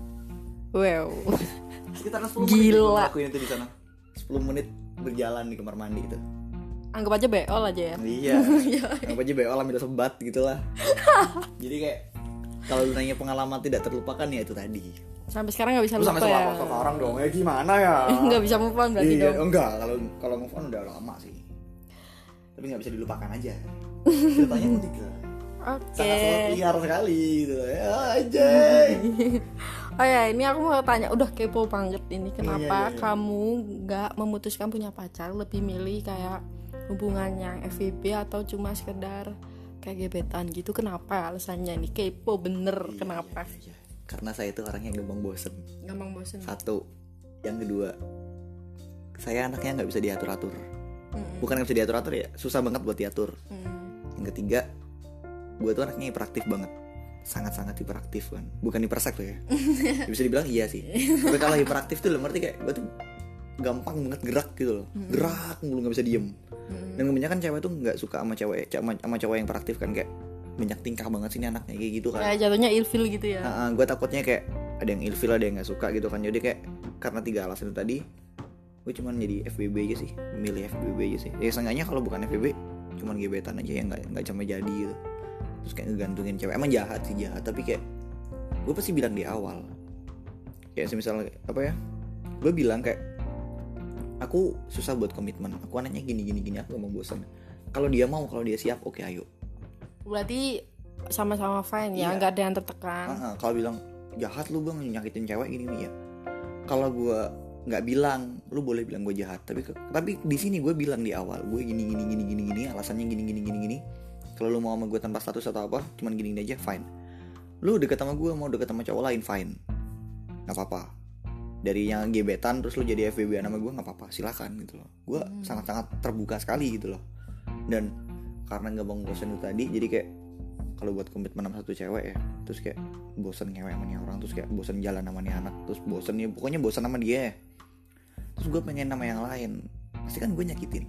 Speaker 1: Wow.
Speaker 2: Sekitar 10 menit
Speaker 1: Gila.
Speaker 2: gue ngelakuin itu di sana. 10 menit berjalan di kamar mandi itu.
Speaker 1: Anggap aja beol aja ya.
Speaker 2: Iya. Anggap aja beol ambil sebat gitulah. Jadi kayak kalau lu nanya pengalaman tidak terlupakan ya itu tadi.
Speaker 1: Sampai sekarang nggak bisa
Speaker 2: Lu
Speaker 1: lupa
Speaker 2: sampai
Speaker 1: ya.
Speaker 2: sekarang dong ya gimana ya?
Speaker 1: Nggak bisa move on berarti
Speaker 2: iya,
Speaker 1: dong.
Speaker 2: enggak, kalau move on udah lama sih. Tapi nggak bisa dilupakan aja. Ceritanya unik lah.
Speaker 1: Oke.
Speaker 2: Sangat liar sekali gitu ya anjay.
Speaker 1: Oh ya, ini aku mau tanya, udah kepo banget ini, kenapa
Speaker 2: Iya.
Speaker 1: kamu nggak memutuskan punya pacar, lebih milih kayak hubungan yang FWB atau cuma sekedar kayak gebetan gitu? Kenapa alasannya nih? Kepo bener, kenapa?
Speaker 2: Iya. Karena saya itu orangnya gampang bosen.
Speaker 1: Gampang bosen.
Speaker 2: Satu, yang kedua, saya anaknya nggak bisa diatur-atur. Bukan nggak bisa diatur-atur ya, susah banget buat diatur. Yang ketiga, gue tuh anaknya hiperaktif banget, sangat-sangat hiperaktif kan, bukan hipersek tuh ya. Bisa dibilang iya sih. Tapi kalau hiperaktif tuh lo ngerti, kayak gue tuh gampang banget gerak gitu loh, gerak mulu nggak bisa diem. Dan kebanyakan cewek tuh nggak suka sama cowok yang hiperaktif kan, kayak banyak tingkah banget sih ini anaknya kayak gitu kan.
Speaker 1: Kayak jatuhnya ilfil gitu ya.
Speaker 2: Gue takutnya kayak ada yang ilfil, ada yang nggak suka gitu kan. Jadi kayak karena 3 alasan itu tadi, gue cuman jadi FWB aja sih, milih FWB aja sih. Ya seenggaknya kalau bukan FWB, cuman gebetan aja yang nggak sampai jadi gitu. Terus kayak ngegantungin cewek, emang jahat sih, jahat. Tapi kayak gue pasti bilang di awal, kayak misalnya apa ya, gue bilang kayak aku susah buat komitmen, aku anaknya gini, aku gak mau bosan. Kalau dia mau, kalau dia siap, oke ayo.
Speaker 1: Berarti sama-sama fine ya,
Speaker 2: Iya.
Speaker 1: nggak ada yang tertekan.
Speaker 2: Kalau bilang jahat lu bang, nyakitin cewek gini ya. Kalau gue nggak bilang, lu boleh bilang gue jahat. Tapi di sini gue bilang di awal, gue gini, alasannya gini. Kalau lu mau sama gue tanpa status atau apa, cuman gini aja, fine. Lu deket sama gue, mau deket sama cowok lain, fine, nggak apa-apa. Dari yang gebetan terus lu jadi FWB sama gue, nggak apa-apa, silakan gitu loh. Gue sangat-sangat terbuka sekali gitu loh. Dan karena nggak bosan itu tadi, jadi kayak kalau buat komitmen sama satu cewek ya, terus kayak bosan ngewe sama nih orang, terus kayak bosan jalan sama nih anak, terus bosan ya, pokoknya bosan sama dia. Terus gue pengen sama yang lain, pasti kan gue nyakitin.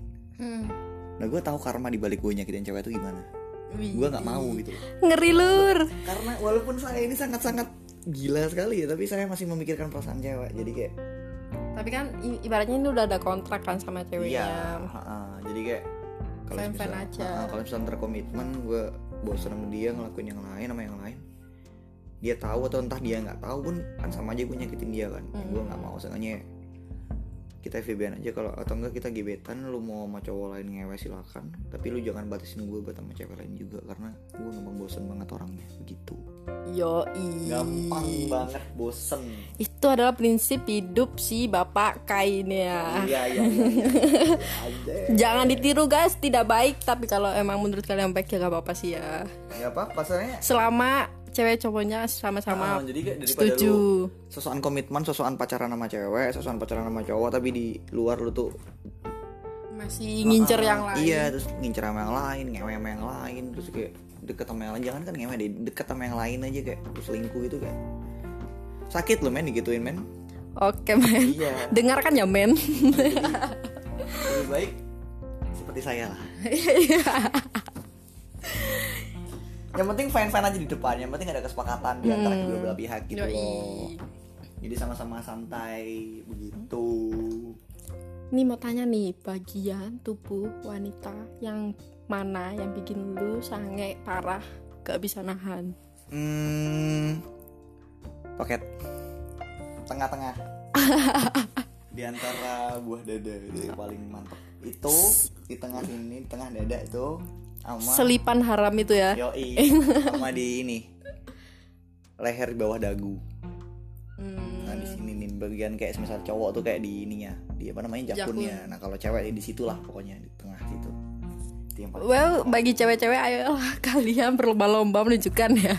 Speaker 2: Nah gue tahu karma dibalik gue nyakitin cewek itu gimana. Gue nggak mau gitu.
Speaker 1: Ngeri lur.
Speaker 2: Karena walaupun saya ini sangat-sangat gila sekali ya, tapi saya masih memikirkan perasaan cewek. Jadi kayak,
Speaker 1: Tapi kan ibaratnya ini udah ada kontrak kan sama ceweknya.
Speaker 2: iya, jadi kayak
Speaker 1: Fan-fan aja.
Speaker 2: kalau misalnya terkomitmen, gue bosan sama dia ngelakuin yang lain sama yang lain, dia tahu atau entah dia nggak tahu pun kan sama aja gue nyakitin dia kan. Gue nggak mau, sengaja kita FVB-an aja, kalau atau enggak kita gebetan, lu mau sama cowok lain ngewe silakan, tapi lu jangan batasin gue buat sama cewek lain juga, karena gue memang bosen banget orangnya begitu.
Speaker 1: Yoi.
Speaker 2: Gampang banget bosen.
Speaker 1: Itu adalah prinsip hidup si Bapak Kai ini ya.
Speaker 2: Iya.
Speaker 1: Jangan ditiru guys, tidak baik. Tapi kalau emang menurut kalian baik ya gak apa-apa sih ya.
Speaker 2: Gak apa-apa, soalnya
Speaker 1: selama cewek cowoknya sama-sama
Speaker 2: jadi daripada
Speaker 1: setuju.
Speaker 2: Lu sosokan komitmen, sosokan pacaran sama cewek, sosokan pacaran sama cowok, tapi di luar lu tuh
Speaker 1: masih ngincer yang lain.
Speaker 2: Iya, terus ngincer sama yang lain, ngewe sama yang lain, terus kayak deket sama yang lain. Jangan kan ngewe deh, deket sama yang lain aja kayak selingkuh gitu kayak sakit loh men, digituin men.
Speaker 1: Oke men.
Speaker 2: Iya.
Speaker 1: Dengarkan ya men.
Speaker 2: Lebih baik seperti saya lah. Yang penting fine-fine aja di depan, yang penting ada kesepakatan di antara kedua belah pihak gitu loh. Jadi sama-sama santai begitu.
Speaker 1: Nih mau tanya nih, bagian tubuh wanita yang mana yang bikin lu sange parah gak bisa nahan?
Speaker 2: Pocket tengah-tengah. Di antara buah dada itu yang paling mantap. Itu di tengah sini, tengah dada itu sama
Speaker 1: selipan haram itu ya.
Speaker 2: Yoi. Sama di ini leher di bawah dagu. Nah di sini nih bagian kayak misal cowok tuh kayak di ininya, di apa namanya, jakunnya. Nah kalau cewek di situlah pokoknya di tengah situ. Itu yang paling
Speaker 1: well, bagi cewek-cewek ayolah kalian berlomba-lomba menunjukkan ya.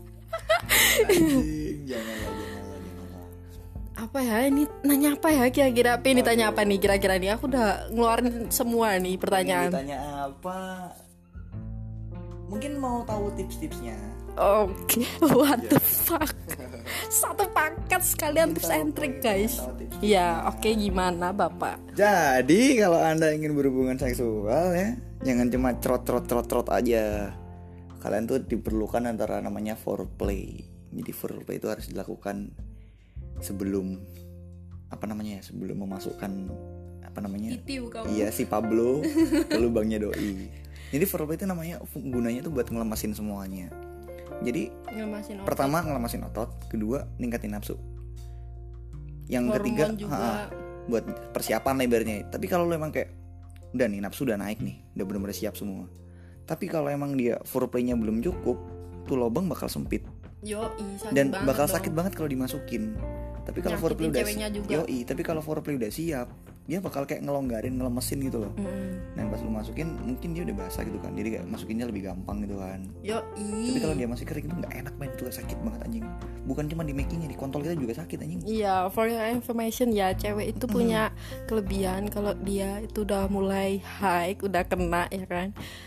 Speaker 2: Janganlah.
Speaker 1: Apa ya ini, nanya apa ya kira-kira, apa ini tanya apa nih kira-kira nih, aku udah ngeluarin semua nih pertanyaan.
Speaker 2: Tanya apa? Mungkin mau tahu tips-tipsnya.
Speaker 1: Oke, what the fuck. Satu paket sekalian tips and trick guys. Ya oke, gimana Bapak?
Speaker 2: Jadi kalau Anda ingin berhubungan seksual ya, jangan cuma trot aja. Kalian tuh diperlukan antara namanya foreplay. Jadi foreplay itu harus dilakukan sebelum sebelum memasukkan iya si Pablo ke lubangnya doi. Jadi foreplay itu gunanya tuh buat ngelemasin semuanya. Jadi pertama ngelemasin otot, kedua ningkatin nafsu, yang ketiga buat persiapan lebarnya. Tapi kalau lo emang kayak udah nih nafsu udah naik nih, udah benar-benar siap semua, tapi kalau emang dia foreplaynya belum cukup, tuh lubang bakal sempit. Dan bakal sakit banget kalau dimasukin. Tapi kalau foreplay udah tapi kalau foreplay udah siap, dia bakal kayak ngelonggarin, ngelemesin gitu loh. Dan pas lu masukin mungkin dia udah basah gitu kan, jadi kayak masukinnya lebih gampang gitu kan. Tapi kalau dia masih kering itu nggak enak banget, itu sakit banget anjing. Bukan cuma di makingnya, di kontol kita juga sakit anjing.
Speaker 1: Iya, for your information ya, cewek itu punya kelebihan kalau dia itu udah mulai high, udah kena ya kan,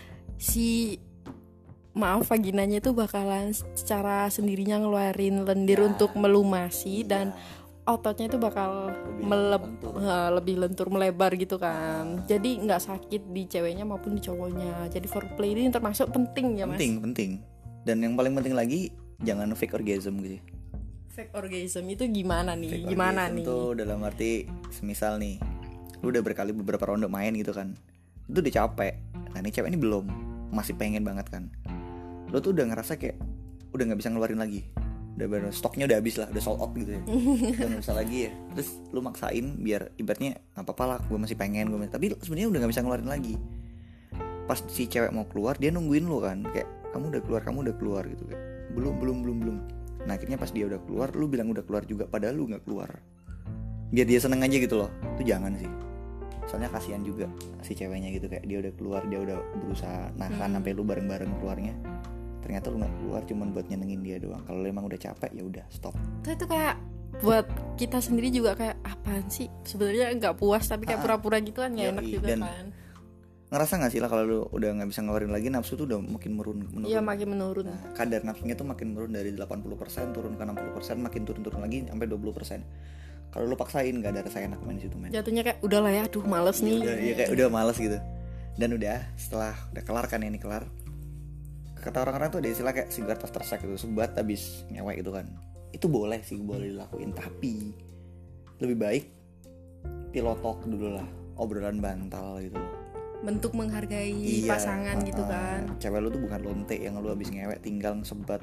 Speaker 1: vaginanya itu bakalan secara sendirinya ngeluarin lendir untuk melumasi dan ototnya itu bakal lebih lentur, melebar gitu kan. Jadi nggak sakit di ceweknya maupun di cowoknya. Jadi foreplay ini termasuk penting ya mas.
Speaker 2: Penting. Dan yang paling penting lagi jangan fake orgasm gitu.
Speaker 1: Fake orgasm itu gimana nih?
Speaker 2: Fake orgasm itu dalam arti semisal nih, lu udah beberapa ronde main gitu kan, itu udah capek. Nah ini cewek ini belum, masih pengen banget kan. Lo tuh udah ngerasa kayak udah nggak bisa ngeluarin lagi, udah bener stoknya udah habis lah, udah sold out gitu ya, udah nggak bisa lagi ya. Terus lo maksain biar ibaratnya nggak apa-apa lah, gue masih pengen, tapi sebenarnya udah nggak bisa ngeluarin lagi. Pas si cewek mau keluar dia nungguin lo kan, kayak kamu udah keluar gitu kayak belum. Nah akhirnya pas dia udah keluar, lo bilang udah keluar juga padahal lo nggak keluar, biar dia seneng aja gitu loh. Itu jangan sih, soalnya kasihan juga si ceweknya gitu, kayak dia udah keluar, dia udah berusaha nahan sampai lu bareng-bareng keluarnya, ternyata lu nggak keluar cuman buat nyenengin dia doang. Kalau lu emang udah capek ya udah stop.
Speaker 1: Itu kayak buat kita sendiri juga kayak apaan sih sebenarnya, nggak puas tapi kayak pura-pura gitu kan, nggak enak juga dan kan.
Speaker 2: Ngerasa nggak sih lah kalau lu udah nggak bisa ngeluarin lagi, nafsu tuh udah makin menurun.
Speaker 1: Iya makin menurun.
Speaker 2: Nah, kadar nafsunya tuh makin menurun dari 80% turun ke 60%, makin turun lagi sampai 20%. Kalau lu paksain gak ada rasa enak main di situ men.
Speaker 1: Jatuhnya kayak udahlah ya, aduh males nih.
Speaker 2: Udah males gitu. Dan setelah udah kelar kan ini kelar. Kata orang-orang tuh ada istilah kayak cigarette after sex gitu, sebat habis ngewek gitu kan. Itu boleh dilakuin, tapi lebih baik pillow talk dulu lah, obrolan bantal gitu.
Speaker 1: Bentuk menghargai pasangan gitu kan.
Speaker 2: Cewek lu tuh bukan lonte yang lu habis ngewek tinggal sebat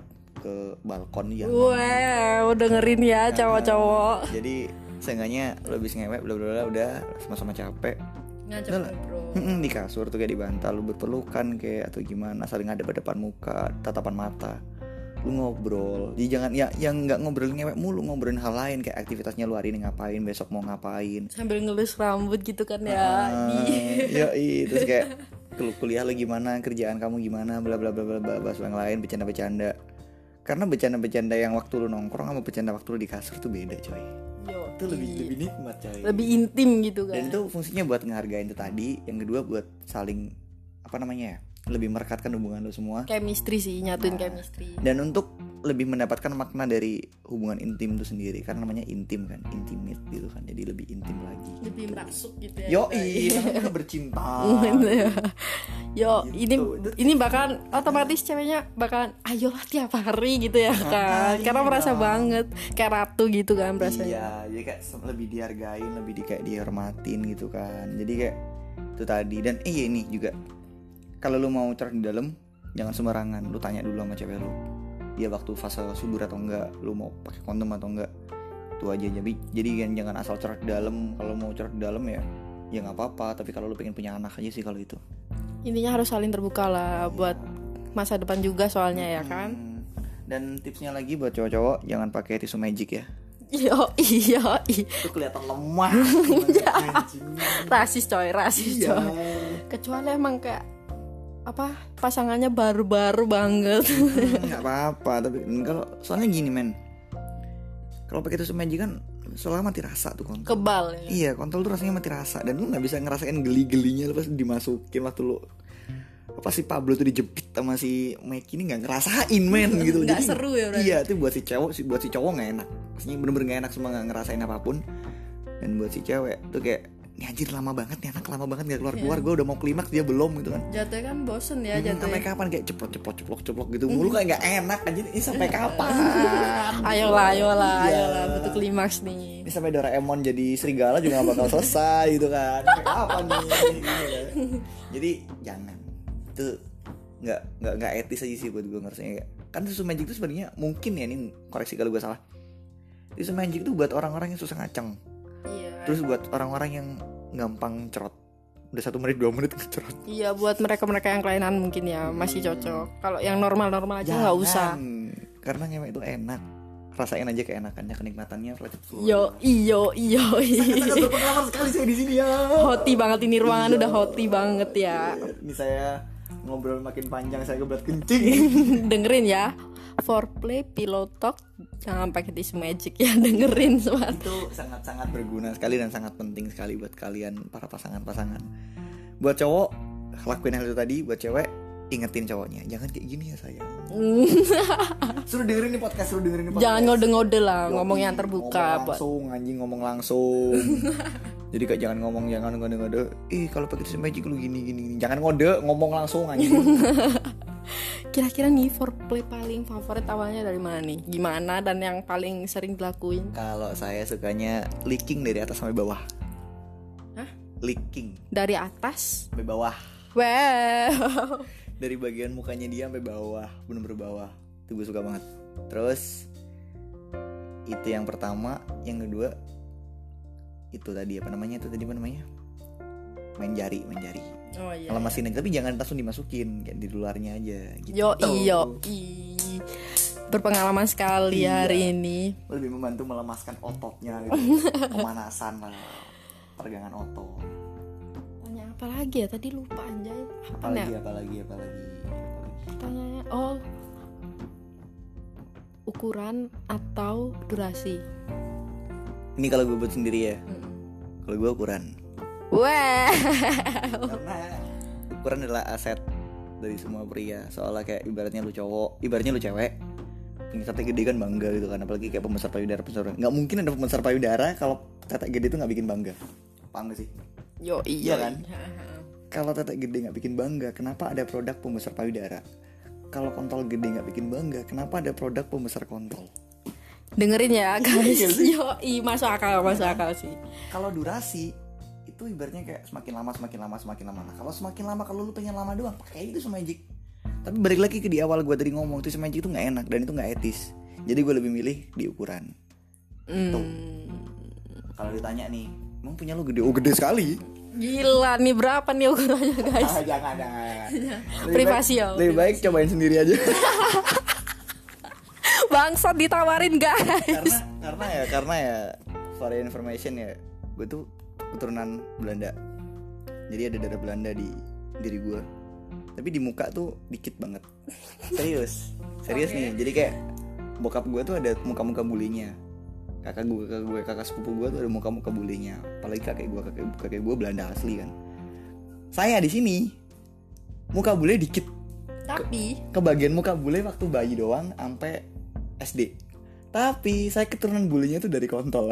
Speaker 2: ke balkon ya.
Speaker 1: Wow, dengerin ya cowok-cowok.
Speaker 2: Jadi seenggaknya lo habis ngewek bla bla bla udah sama-sama capek.
Speaker 1: Ngajak bro.
Speaker 2: Di kasur tuh kayak di bantal lu berpelukan kayak atau gimana, saling ada depan muka, tatapan mata. Lu ngobrol. Jadi jangan ya yang enggak ngobrolin ngewek mulu, ngobrolin hal lain kayak aktivitasnya lu hari ini ngapain, besok mau ngapain.
Speaker 1: Sambil ngelus rambut gitu kan ya.
Speaker 2: Terus kayak kuliah lu gimana, kerjaan kamu gimana, bla bla bla bla, bahas yang lain, bercanda-bercanda. Karena bercanda-bercanda yang waktu lu nongkrong sama bercanda waktu lu di kasur tuh beda, coy. Itu lebih nikmat, coy.
Speaker 1: Lebih intim gitu kan.
Speaker 2: Dan itu fungsinya buat ngehargain itu tadi, yang kedua buat saling lebih merekatkan hubungan lu semua.
Speaker 1: Chemistry sih, nyatuin chemistry.
Speaker 2: Dan untuk lebih mendapatkan makna dari hubungan intim itu sendiri, karena namanya intim kan, intimate gitu kan, jadi lebih intim lagi.
Speaker 1: Lebih merasuk gitu ya.
Speaker 2: Karena bercinta.
Speaker 1: Yo,
Speaker 2: gitu.
Speaker 1: ini bahkan otomatis ceweknya bakalan ayolah tiap hari gitu ya kan. Karena merasa banget kayak ratu gitu kan rasanya.
Speaker 2: Iya, jadi kayak lebih dihargain, lebih kayak dihormatin gitu kan. Jadi kayak itu tadi. Dan ini juga kalau lu mau curhat di dalam jangan sembarangan, lu tanya dulu sama cewek lu. Dia waktu fase subur atau enggak, lu mau pakai kondom atau enggak. Itu aja. Jadi jangan asal curhat di dalam. Kalau mau curhat di dalam ya enggak apa-apa, tapi kalau lu pengen punya anak aja sih kalau itu.
Speaker 1: Intinya harus saling terbuka lah buat masa depan juga soalnya ya kan.
Speaker 2: Dan tipsnya lagi buat cowok-cowok, jangan pakai tisu magic ya.
Speaker 1: Iya.
Speaker 2: Itu kelihatan lemah.
Speaker 1: Rasis coy. Kecuali emang kayak pasangannya baru-baru banget.
Speaker 2: Nggak apa-apa, tapi kalau soalnya gini men, kalau pakai tisu magic kan soalnya mati rasa tuh kontol.
Speaker 1: Kebal ya.
Speaker 2: Iya, kontol tuh rasanya mati rasa dan lu nggak bisa ngerasain geli-gelinya lu pas dimasukin waktu lu si Pablo tuh dijepit sama si Mike ini nggak ngerasain men gitu.
Speaker 1: Nggak
Speaker 2: jadi
Speaker 1: seru ya berarti.
Speaker 2: Iya, itu buat si cowok nggak enak. Maksudnya bener-bener nggak enak, semua nggak ngerasain apapun. Dan buat si cewek tuh kayak ini anjir lama banget nih anak, lama banget gak keluar-keluar, gue udah mau klimaks dia belum gitu kan.
Speaker 1: Jatuhnya kan bosen ya jatuhnya.
Speaker 2: Sampai kapan kayak ceplok gitu mulu kayak gak enak anjir, ini sampai kapan?
Speaker 1: Ayolah butuh klimaks nih.
Speaker 2: Ini sampai Doraemon jadi serigala juga gak bakal selesai gitu kan. Kapan nih? Jadi jangan. Itu nggak etis aja sih buat gue ngerasanya. Kan tisu magic itu sebenarnya mungkin ya, ini koreksi kalau gue salah. Tisu magic itu buat orang-orang yang susah ngaceng.
Speaker 1: Iya.
Speaker 2: Terus buat orang-orang yang gampang cerot, udah 1 menit 2 menit cerot.
Speaker 1: Iya, buat mereka yang kelainan mungkin ya masih cocok. Kalau yang normal aja nggak usah.
Speaker 2: Karena ngewek itu enak, rasain aja keenakannya, kenikmatannya.
Speaker 1: Iyo.
Speaker 2: Sangat berpengalaman sekali saya di sini ya.
Speaker 1: Hoti banget ini ruangan, udah hoti banget ya.
Speaker 2: Ini saya ngobrol makin panjang, saya kebelat kencing.
Speaker 1: Dengerin ya. Foreplay, pillow talk, jangan pakai tisu magic ya, dengerin semua.
Speaker 2: Itu sangat-sangat berguna sekali dan sangat penting sekali buat kalian para pasangan-pasangan. Buat cowok lakuin hal itu tadi, buat cewek ingetin cowoknya, jangan kayak gini ya sayang. Suruh dengerin nih podcast.
Speaker 1: Jangan ngode-ngode lah, ngomong yang terbuka.
Speaker 2: Ngomong langsung. Jadi kayak jangan ngode-ngode. Kalau pakai tisu magic lu gini. Jangan ngode, ngomong langsung anjing.
Speaker 1: Kira-kira nih foreplay paling favorit awalnya dari mana nih? Gimana dan yang paling sering dilakuin?
Speaker 2: Kalau saya sukanya licking dari atas sampai bawah.
Speaker 1: Hah?
Speaker 2: Licking
Speaker 1: dari atas
Speaker 2: sampai bawah.
Speaker 1: Wow.
Speaker 2: Dari bagian mukanya dia sampai bawah, bener-bener bawah. Itu gue suka banget. Terus itu yang pertama, yang kedua itu tadi apa namanya? Main jari.
Speaker 1: Oh iya.
Speaker 2: Kalau masih tapi jangan langsung dimasukin, kayak di luarnya aja gitu.
Speaker 1: Yo. Berpengalaman sekali hari ini.
Speaker 2: Lebih membantu melemaskan ototnya gitu. Pemanasan lah, peregangan otot.
Speaker 1: Tanya apa lagi ya? Tadi lupa anjay.
Speaker 2: Apalagi.
Speaker 1: Tanya ukuran atau durasi.
Speaker 2: Ini kalau gue buat sendiri ya. Kalau gue ukuran.
Speaker 1: Wah.
Speaker 2: Karena ukuran adalah aset dari semua pria. Soalnya kayak ibaratnya lu cewek punya tete gede kan bangga gitu kan. Apalagi kayak pembesar payudara. Nggak mungkin ada pembesar payudara kalau tete gede itu nggak bikin bangga. Paham gak sih? Iya kan? Kalau tete gede nggak bikin bangga, kenapa ada produk pembesar payudara? Kalau kontol gede nggak bikin bangga, kenapa ada produk pembesar kontol?
Speaker 1: Dengerin ya guys. Masuk akal sih.
Speaker 2: Kalau durasi itu ibaratnya kayak semakin lama. Nah, kalau semakin lama, kalau lu pengen lama doang, pakai itu magic. Tapi balik lagi ke di awal gue tadi ngomong, tuh magic itu nggak enak dan itu nggak etis. Jadi gue lebih milih di ukuran. Tuh. Kalau ditanya nih, emang punya lu gede? Oh gede sekali.
Speaker 1: Gila nih, berapa nih ukurannya guys?
Speaker 2: Jangan.
Speaker 1: Privasi ya.
Speaker 2: Lebih baik cobain sendiri aja.
Speaker 1: Bangsat ditawarin guys.
Speaker 2: Karena ya for information ya, gue tuh keturunan Belanda. Jadi ada darah Belanda di diri gue. Tapi di muka tuh dikit banget. Serius okay. Nih. Jadi kayak bokap gue tuh ada muka-muka bulinya. Kakak sepupu gue tuh ada muka-muka bulinya. Apalagi kakek gue Belanda asli kan. Saya di sini muka bule dikit.
Speaker 1: Tapi
Speaker 2: kebagian muka bule waktu bayi doang sampai SD. Tapi saya keturunan bulenya tuh dari kontol.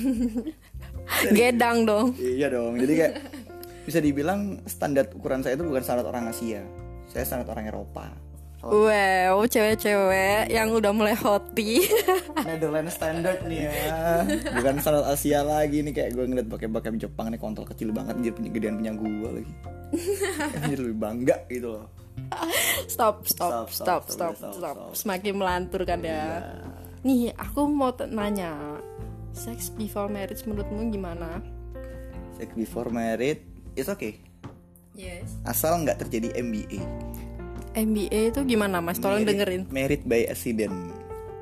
Speaker 1: Gedang dong.
Speaker 2: Iya dong. Jadi kayak bisa dibilang standar ukuran saya itu bukan standar orang Asia. Saya standar orang Eropa.
Speaker 1: Wow, cewek-cewek yang udah mulai hoti.
Speaker 2: Netherlands standard nih ya. Bukan standar Asia lagi nih, kayak gue ngeliat bokep Jepang nih kontol kecil banget, jadi gedean punya gue lagi. Jadi lebih bangga gitu loh.
Speaker 1: Stop. Semakin melantur kan ya. Nih, aku mau nanya, sex before marriage menurutmu gimana?
Speaker 2: Sex before marriage, it's okay.
Speaker 1: Yes.
Speaker 2: Asal nggak terjadi MBA.
Speaker 1: MBA itu gimana mas? Tolong dengerin.
Speaker 2: Married by accident.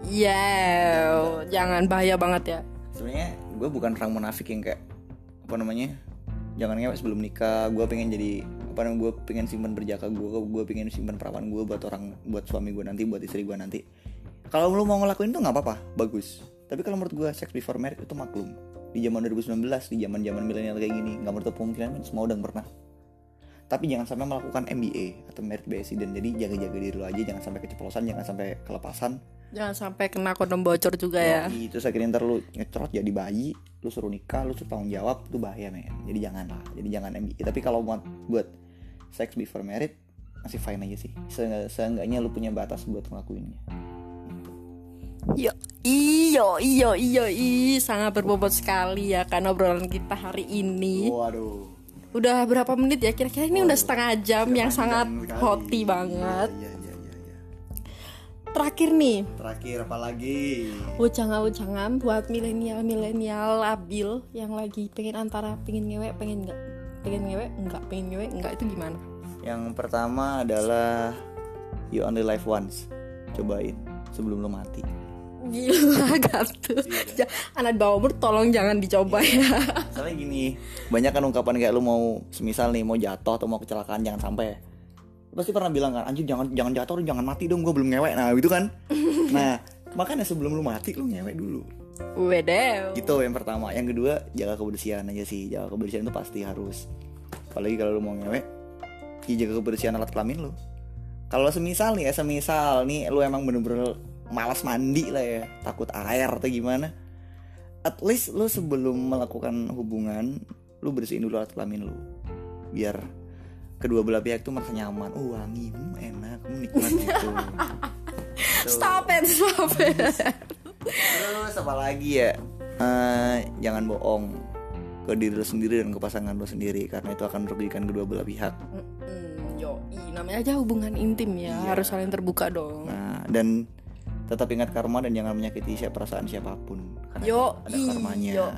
Speaker 1: Jangan, bahaya banget ya.
Speaker 2: Sebenarnya gue bukan orang munafik yang kayak jangan ngewek sebelum nikah. Gue pengen jadi gue pengen simpan berjaka gue pengen simpan perawan gue buat suami gue nanti, buat istri gue nanti. Kalau lu mau ngelakuin itu nggak apa-apa, bagus. Tapi kalau menurut gue sex before marriage itu maklum. Di zaman 2019, di zaman milenial kayak gini, nggak menutup kemungkinan semua udah pernah. Tapi jangan sampai melakukan MBA atau married by accident. Jadi jaga-jaga diri lo aja, jangan sampai keceplosan, jangan sampai kelepasan.
Speaker 1: Jangan sampai kena kondom bocor juga ya.
Speaker 2: Itu akhirnya ntar lu ngecerot jadi bayi, lu suruh nikah, lu suruh tanggung jawab, itu bahaya men. Jadi jangan MBA. Tapi kalau buat sex before married masih fine aja sih. Seenggaknya lu punya batas buat ngelakuinnya.
Speaker 1: Iyo, sangat berbobot sekali ya kan obrolan kita hari ini.
Speaker 2: Waduh.
Speaker 1: Udah berapa menit ya? Kira-kira ini udah setengah jam yang sangat hoti banget.
Speaker 2: Iya.
Speaker 1: Terakhir nih.
Speaker 2: Apa lagi?
Speaker 1: Ucangan buat milenial labil yang lagi pengen ngewek, pengen ngewek enggak itu gimana?
Speaker 2: Yang pertama adalah you only live once. Cobain sebelum lo mati.
Speaker 1: Gila Gatus. Anak bawah umur tolong jangan dicoba ya.
Speaker 2: Soalnya gini, banyak kan ungkapan kayak lu mau semisal nih mau jatuh atau mau kecelakaan jangan sampai. Lu pasti pernah bilang kan, anjing jangan jatuh, jangan mati dong, gue belum ngewek. Nah gitu kan. Nah makanya sebelum lu mati lu ngewek dulu.
Speaker 1: Wedew.
Speaker 2: Gitu yang pertama. Yang kedua jaga kebersihan aja sih. Jaga kebersihan itu pasti harus. Apalagi kalau lu mau ngewek, jaga kebersihan alat kelamin lu. Kalau semisal nih lu emang bener-bener malas mandi lah ya, takut air atau gimana, at least lu sebelum melakukan hubungan lu bersihin dulu alat kelamin lu biar kedua belah pihak tuh merasa nyaman. Wangi, enak, nikmat gitu.
Speaker 1: Stop it.
Speaker 2: Terus apa lagi ya, jangan bohong ke diri lu sendiri dan ke pasangan lu sendiri, karena itu akan merugikan kedua belah pihak.
Speaker 1: Namanya aja hubungan intim ya, harus saling terbuka dong.
Speaker 2: Nah, dan tetap ingat karma dan jangan menyakiti perasaan siapapun, karena ada karmanya.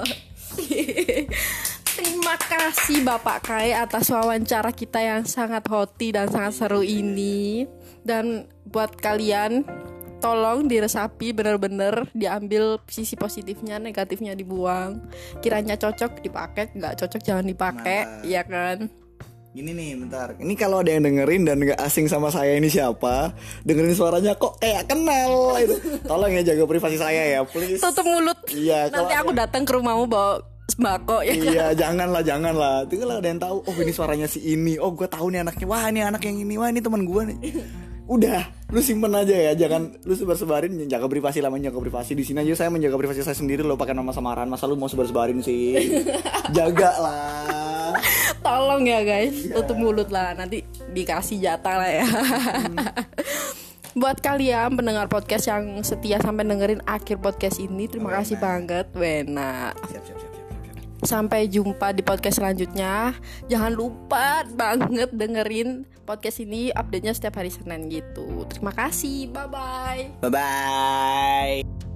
Speaker 1: Terima kasih Bapak Kai atas wawancara kita yang sangat hoti dan sangat seru ini. Dan buat kalian, tolong diresapi bener-bener, diambil sisi positifnya, negatifnya dibuang. Kiranya cocok dipakai, nggak cocok jangan dipakai, ya kan?
Speaker 2: Gini nih, bentar. Ini kalau ada yang dengerin dan gak asing sama saya ini siapa, dengerin suaranya kok kayak kenal itu. Tolong ya jaga privasi saya ya, please.
Speaker 1: Tutup mulut.
Speaker 2: Iya,
Speaker 1: nanti aku datang ke rumahmu bawa sembako ya.
Speaker 2: Iya, janganlah. Itu kalau ada yang tahu, oh ini suaranya si ini. Oh, gue tahu nih anaknya. Wah, ini anak yang ini. Wah, ini teman gue nih. Udah, lu simpen aja ya, jangan lu sebar-sebarin. Jaga privasi lah, menjaga privasi. Di sini aja saya menjaga privasi saya sendiri lo pakai nama samaran. Masa lu mau sebar-sebarin sih? Jaga lah.
Speaker 1: Tolong ya guys, tutup mulut lah, nanti dikasih jatah lah ya. Buat kalian pendengar podcast yang setia sampai dengerin akhir podcast ini, terima kasih banget, Wena.
Speaker 2: Siap.
Speaker 1: Sampai jumpa di podcast selanjutnya. Jangan lupa banget dengerin podcast ini update-nya setiap hari Senin gitu. Terima kasih, bye bye.
Speaker 2: Bye bye.